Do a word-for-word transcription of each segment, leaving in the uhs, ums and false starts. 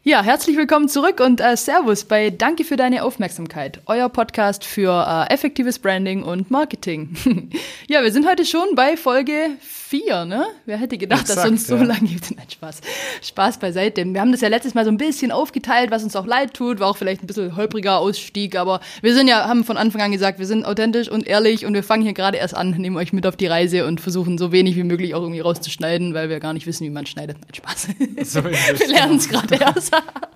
Ja, herzlich willkommen zurück und äh, Servus bei Danke für deine Aufmerksamkeit, euer Podcast für äh, effektives Branding und Marketing. Ja, wir sind heute schon bei Folge vier, ne? Wer hätte gedacht, Exakt, dass es uns so ja. lange gibt? Nein, Spaß. Spaß beiseite. Wir haben das ja letztes Mal so ein bisschen aufgeteilt, was uns auch leid tut, war auch vielleicht ein bisschen holpriger Ausstieg, aber wir sind ja, haben von Anfang an gesagt, wir sind authentisch und ehrlich und wir fangen hier gerade erst an, nehmen euch mit auf die Reise und versuchen so wenig wie möglich auch irgendwie rauszuschneiden, weil wir gar nicht wissen, wie man schneidet. Nein, Spaß. So wir lernen es gerade erst.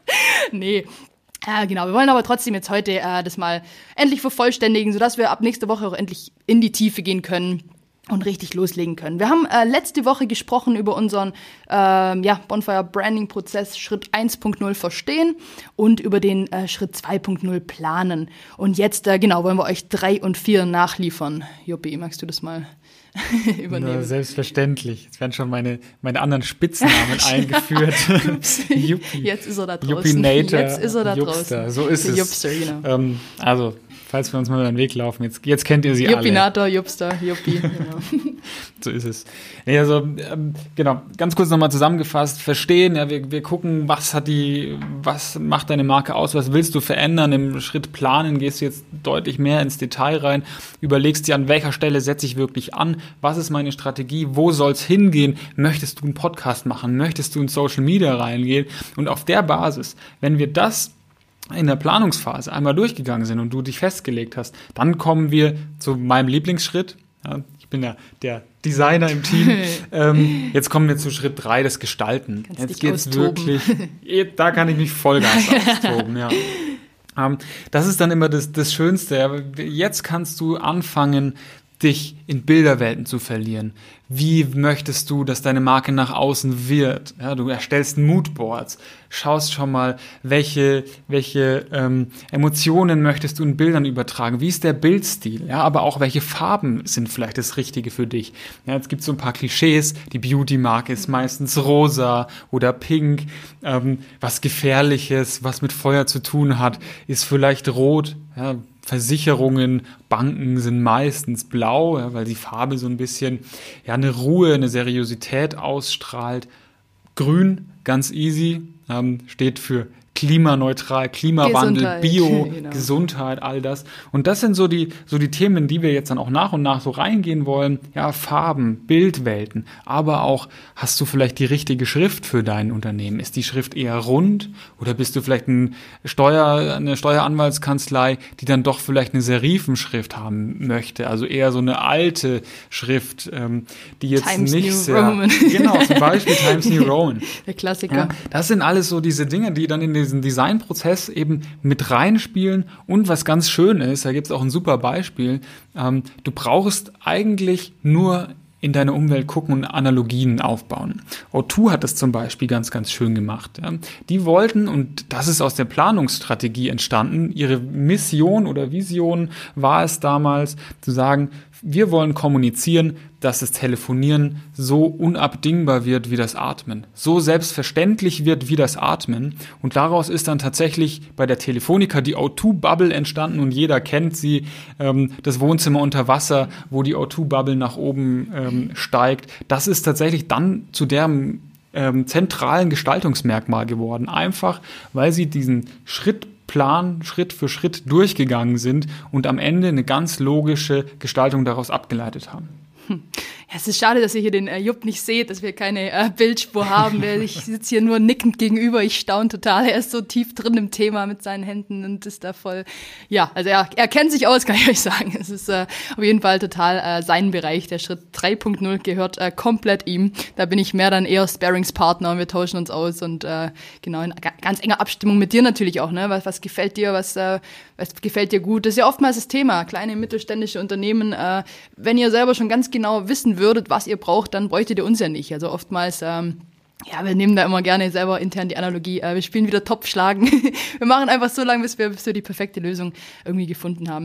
Nee. Ja, genau. Wir wollen aber trotzdem jetzt heute äh, das mal endlich vervollständigen, sodass wir ab nächster Woche auch endlich in die Tiefe gehen können und richtig loslegen können. Wir haben äh, letzte Woche gesprochen über unseren äh, ja, Bonfire Branding Prozess Schritt eins Punkt null verstehen und über den äh, Schritt zwei Punkt null planen. Und jetzt, äh, genau, wollen wir euch drei und vier nachliefern. Joppi, magst du das mal übernehmen? Na, selbstverständlich. Jetzt werden schon meine, meine anderen Spitznamen eingeführt. Yuppie. Jetzt ist er da draußen. Yuppie-Nator, Jetzt ist er da Jupster. draußen. So ist Der es. Jupster, genau. Ähm, also, falls wir uns mal über den Weg laufen, jetzt, jetzt kennt ihr sie alle. Yuppie-Nator, Jupster, Yuppie, genau. So ist es. Nee, also, ähm, genau, ganz kurz nochmal zusammengefasst, verstehen, ja, wir, wir gucken, was hat die, was macht deine Marke aus, was willst du verändern, im Schritt planen gehst du jetzt deutlich mehr ins Detail rein, überlegst dir, an welcher Stelle setze ich wirklich an, was ist meine Strategie, wo soll es hingehen, möchtest du einen Podcast machen, möchtest du in Social Media reingehen und auf der Basis, wenn wir das in der Planungsphase einmal durchgegangen sind und du dich festgelegt hast, dann kommen wir zu meinem Lieblingsschritt. Ja, ich bin ja der Designer im Team. ähm, jetzt kommen wir zu Schritt drei, das Gestalten. Kannst jetzt geht's wirklich, da kann ich mich Vollgas austoben, ja. Ähm, das ist dann immer das, das Schönste. Ja. Jetzt kannst du anfangen, dich in Bilderwelten zu verlieren. Wie möchtest du, dass deine Marke nach außen wird? Ja, du erstellst Moodboards, schaust schon mal, welche, welche ähm, Emotionen möchtest du in Bildern übertragen? Wie ist der Bildstil? Ja, aber auch welche Farben sind vielleicht das Richtige für dich? Ja, jetzt gibt es so ein paar Klischees. Die Beauty-Marke ist meistens rosa oder pink. Ähm, was Gefährliches, was mit Feuer zu tun hat, ist vielleicht rot. Ja, Versicherungen, Banken sind meistens blau, ja, weil die Farbe so ein bisschen ja, eine Ruhe, eine Seriosität ausstrahlt. Grün, ganz easy, ähm, steht für klimaneutral, Klimawandel, Gesundheit. Bio, Genau. Gesundheit, all das. Und das sind so die, so die Themen, in die wir jetzt dann auch nach und nach so reingehen wollen. Ja, Farben, Bildwelten, aber auch, hast du vielleicht die richtige Schrift für dein Unternehmen? Ist die Schrift eher rund oder bist du vielleicht ein Steuer, eine Steueranwaltskanzlei, die dann doch vielleicht eine Serifenschrift haben möchte? Also eher so eine alte Schrift, ähm, die jetzt Times nicht New sehr... Roman. Genau, zum Beispiel Times New Roman. Der Klassiker. Ja, das sind alles so diese Dinge, die dann in diesen Designprozess eben mit reinspielen. Und was ganz schön ist, da gibt es auch ein super Beispiel, ähm, du brauchst eigentlich nur in deine Umwelt gucken und Analogien aufbauen. O zwei hat das zum Beispiel ganz, ganz schön gemacht. Ja. Die wollten, und das ist aus der Planungsstrategie entstanden, ihre Mission oder Vision war es damals, zu sagen, wir wollen kommunizieren, dass das Telefonieren so unabdingbar wird wie das Atmen, so selbstverständlich wird wie das Atmen. Und daraus ist dann tatsächlich bei der Telefonica die O zwei Bubble entstanden und jeder kennt sie, ähm, das Wohnzimmer unter Wasser, wo die O zwei Bubble nach oben ähm, steigt. Das ist tatsächlich dann zu deren ähm, zentralen Gestaltungsmerkmal geworden, einfach weil sie diesen Schritt Plan Schritt für Schritt durchgegangen sind und am Ende eine ganz logische Gestaltung daraus abgeleitet haben. Hm. Ja, es ist schade, dass ihr hier den äh, Jupp nicht seht, dass wir keine äh, Bildspur haben. Ich sitze hier nur nickend gegenüber, ich staune total. Er ist so tief drin im Thema mit seinen Händen und ist da voll, ja, also er, er kennt sich aus, kann ich euch sagen. Es ist äh, auf jeden Fall total äh, sein Bereich. Der Schritt drei Punkt null gehört äh, komplett ihm. Da bin ich mehr dann eher Sparringspartner und wir tauschen uns aus und äh, genau in g- ganz enger Abstimmung mit dir natürlich auch, ne? Was, was gefällt dir, was, äh, was gefällt dir gut? Das ist ja oftmals das Thema, kleine mittelständische Unternehmen. Äh, wenn ihr selber schon ganz genau wissen würdet, was ihr braucht, dann bräuchtet ihr uns ja nicht. Also oftmals, ähm, ja, wir nehmen da immer gerne selber intern die Analogie, äh, wir spielen wieder Topf schlagen. Wir machen einfach so lange, bis wir, bis wir die perfekte Lösung irgendwie gefunden haben.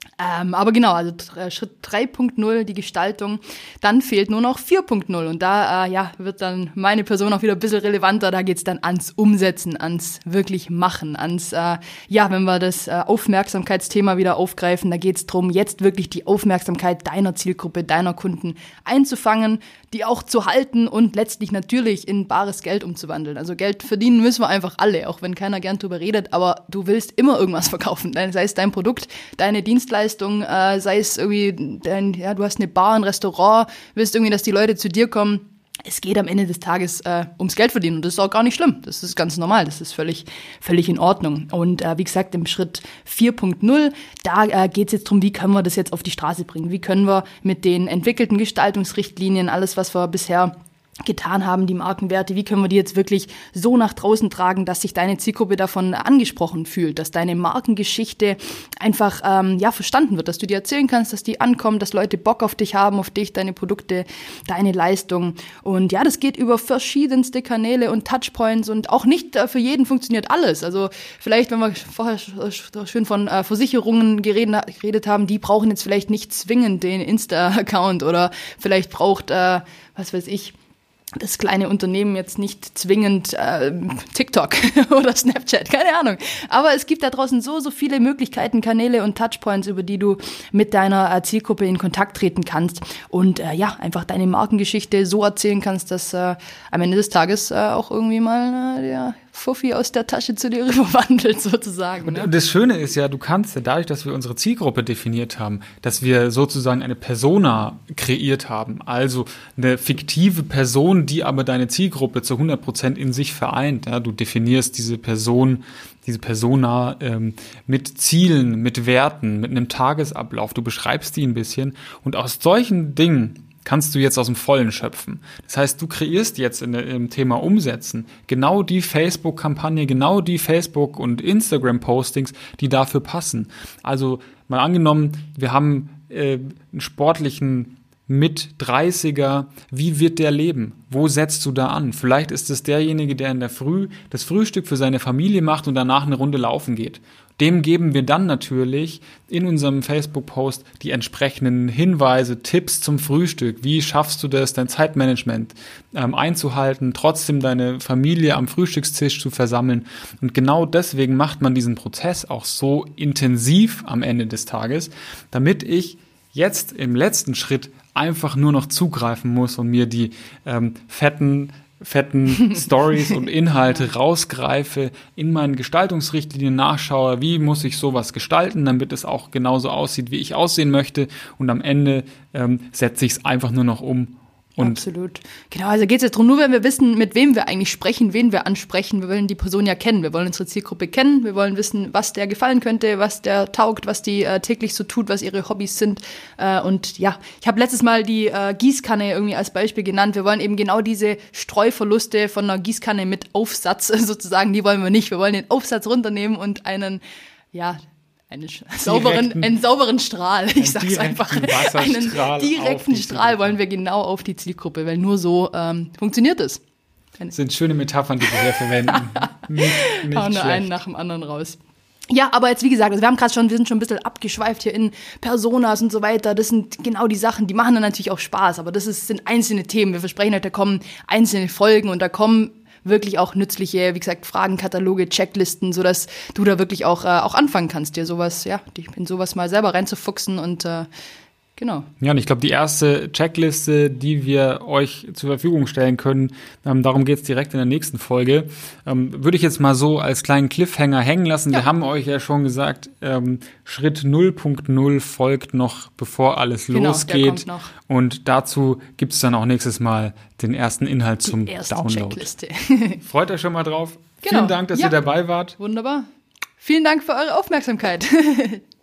Ähm, aber genau, also äh, Schritt drei Punkt null, die Gestaltung, dann fehlt nur noch vier Punkt null und da äh, ja, wird dann meine Person auch wieder ein bisschen relevanter, da geht's dann ans Umsetzen, ans wirklich Machen, ans, äh, ja, wenn wir das äh, Aufmerksamkeitsthema wieder aufgreifen, da geht's drum, jetzt wirklich die Aufmerksamkeit deiner Zielgruppe, deiner Kunden einzufangen, die auch zu halten und letztlich natürlich in bares Geld umzuwandeln. Also Geld verdienen müssen wir einfach alle, auch wenn keiner gern drüber redet, aber du willst immer irgendwas verkaufen, sei es dein Produkt, deine Dienstleistung, äh, sei es irgendwie, dein, ja, du hast eine Bar, ein Restaurant, willst irgendwie, dass die Leute zu dir kommen. Es geht am Ende des Tages äh, ums Geld verdienen und das ist auch gar nicht schlimm. Das ist ganz normal, das ist völlig völlig in Ordnung. Und äh, wie gesagt, im Schritt vier Punkt null, da äh, geht es jetzt darum, wie können wir das jetzt auf die Straße bringen? Wie können wir mit den entwickelten Gestaltungsrichtlinien, alles, was wir bisher getan haben, die Markenwerte, wie können wir die jetzt wirklich so nach draußen tragen, dass sich deine Zielgruppe davon angesprochen fühlt, dass deine Markengeschichte einfach ähm, ja verstanden wird, dass du dir erzählen kannst, dass die ankommt, dass Leute Bock auf dich haben, auf dich, deine Produkte, deine Leistung. Und ja, das geht über verschiedenste Kanäle und Touchpoints und auch nicht äh, für jeden funktioniert alles. Also vielleicht, wenn wir vorher schön von äh, Versicherungen geredet, geredet haben, die brauchen jetzt vielleicht nicht zwingend den Insta-Account oder vielleicht braucht, äh, was weiß ich, das kleine Unternehmen jetzt nicht zwingend äh, TikTok oder Snapchat, keine Ahnung. Aber es gibt da draußen so, so viele Möglichkeiten, Kanäle und Touchpoints, über die du mit deiner äh, Zielgruppe in Kontakt treten kannst und äh, ja, einfach deine Markengeschichte so erzählen kannst, dass äh, am Ende des Tages äh, auch irgendwie mal äh, der Fuffi aus der Tasche zu dir rüberwandelt, sozusagen. Ne? Und das Schöne ist ja, du kannst ja dadurch, dass wir unsere Zielgruppe definiert haben, dass wir sozusagen eine Persona kreiert haben, also eine fiktive Person, die aber deine Zielgruppe zu hundert Prozent in sich vereint. Ja? Du definierst diese Person, diese Persona ähm, mit Zielen, mit Werten, mit einem Tagesablauf. Du beschreibst die ein bisschen und aus solchen Dingen kannst du jetzt aus dem Vollen schöpfen. Das heißt, du kreierst jetzt in der, im Thema Umsetzen genau die Facebook-Kampagne, genau die Facebook- und Instagram-Postings, die dafür passen. Also mal angenommen, wir haben äh, einen sportlichen mit dreißiger, wie wird der leben? Wo setzt du da an? Vielleicht ist es derjenige, der in der Früh das Frühstück für seine Familie macht und danach eine Runde laufen geht. Dem geben wir dann natürlich in unserem Facebook-Post die entsprechenden Hinweise, Tipps zum Frühstück. Wie schaffst du das, dein Zeitmanagement ähm, einzuhalten, trotzdem deine Familie am Frühstückstisch zu versammeln? Und genau deswegen macht man diesen Prozess auch so intensiv am Ende des Tages, damit ich jetzt im letzten Schritt einfach nur noch zugreifen muss und mir die ähm, fetten fetten Stories und Inhalte rausgreife, in meinen Gestaltungsrichtlinien nachschaue, wie muss ich sowas gestalten, damit es auch genauso aussieht, wie ich aussehen möchte, und am Ende ähm, setze ich es einfach nur noch um. Und absolut. Genau, also geht es jetzt darum, nur wenn wir wissen, mit wem wir eigentlich sprechen, wen wir ansprechen, wir wollen die Person ja kennen, wir wollen unsere Zielgruppe kennen, wir wollen wissen, was der gefallen könnte, was der taugt, was die äh, täglich so tut, was ihre Hobbys sind. Äh, und ja, ich habe letztes Mal die äh, Gießkanne irgendwie als Beispiel genannt. Wir wollen eben genau diese Streuverluste von einer Gießkanne mit Aufsatz sozusagen, die wollen wir nicht. Wir wollen den Aufsatz runternehmen und einen, ja, einen sauberen, einen sauberen Strahl, ich sag's einfach, einen direkten Strahl wollen wir genau auf die Zielgruppe, weil nur so ähm, funktioniert es. Das sind schöne Metaphern, die wir hier verwenden. Nicht, nicht Hauen nur einen nach dem anderen raus. Ja, aber jetzt wie gesagt, also wir haben gerade schon, wir sind schon ein bisschen abgeschweift hier in Personas und so weiter. Das sind genau die Sachen, die machen dann natürlich auch Spaß, aber das ist, sind einzelne Themen. Wir versprechen euch, da kommen einzelne Folgen und da kommen wirklich auch nützliche, wie gesagt, Fragenkataloge, Checklisten, sodass du da wirklich auch, äh, auch anfangen kannst, dir sowas, ja, dich in sowas mal selber reinzufuchsen und äh, genau. Ja, und ich glaube, die erste Checkliste, die wir euch zur Verfügung stellen können, ähm, darum geht's direkt in der nächsten Folge, ähm, würde ich jetzt mal so als kleinen Cliffhanger hängen lassen. Ja. Wir haben euch ja schon gesagt, ähm, Schritt null Punkt null folgt noch, bevor alles genau, losgeht. Der kommt noch. Und dazu gibt's dann auch nächstes Mal den ersten Inhalt die zum erste Download. Checkliste. Freut euch schon mal drauf. Genau. Vielen Dank, dass ja. ihr dabei wart. Wunderbar. Vielen Dank für eure Aufmerksamkeit.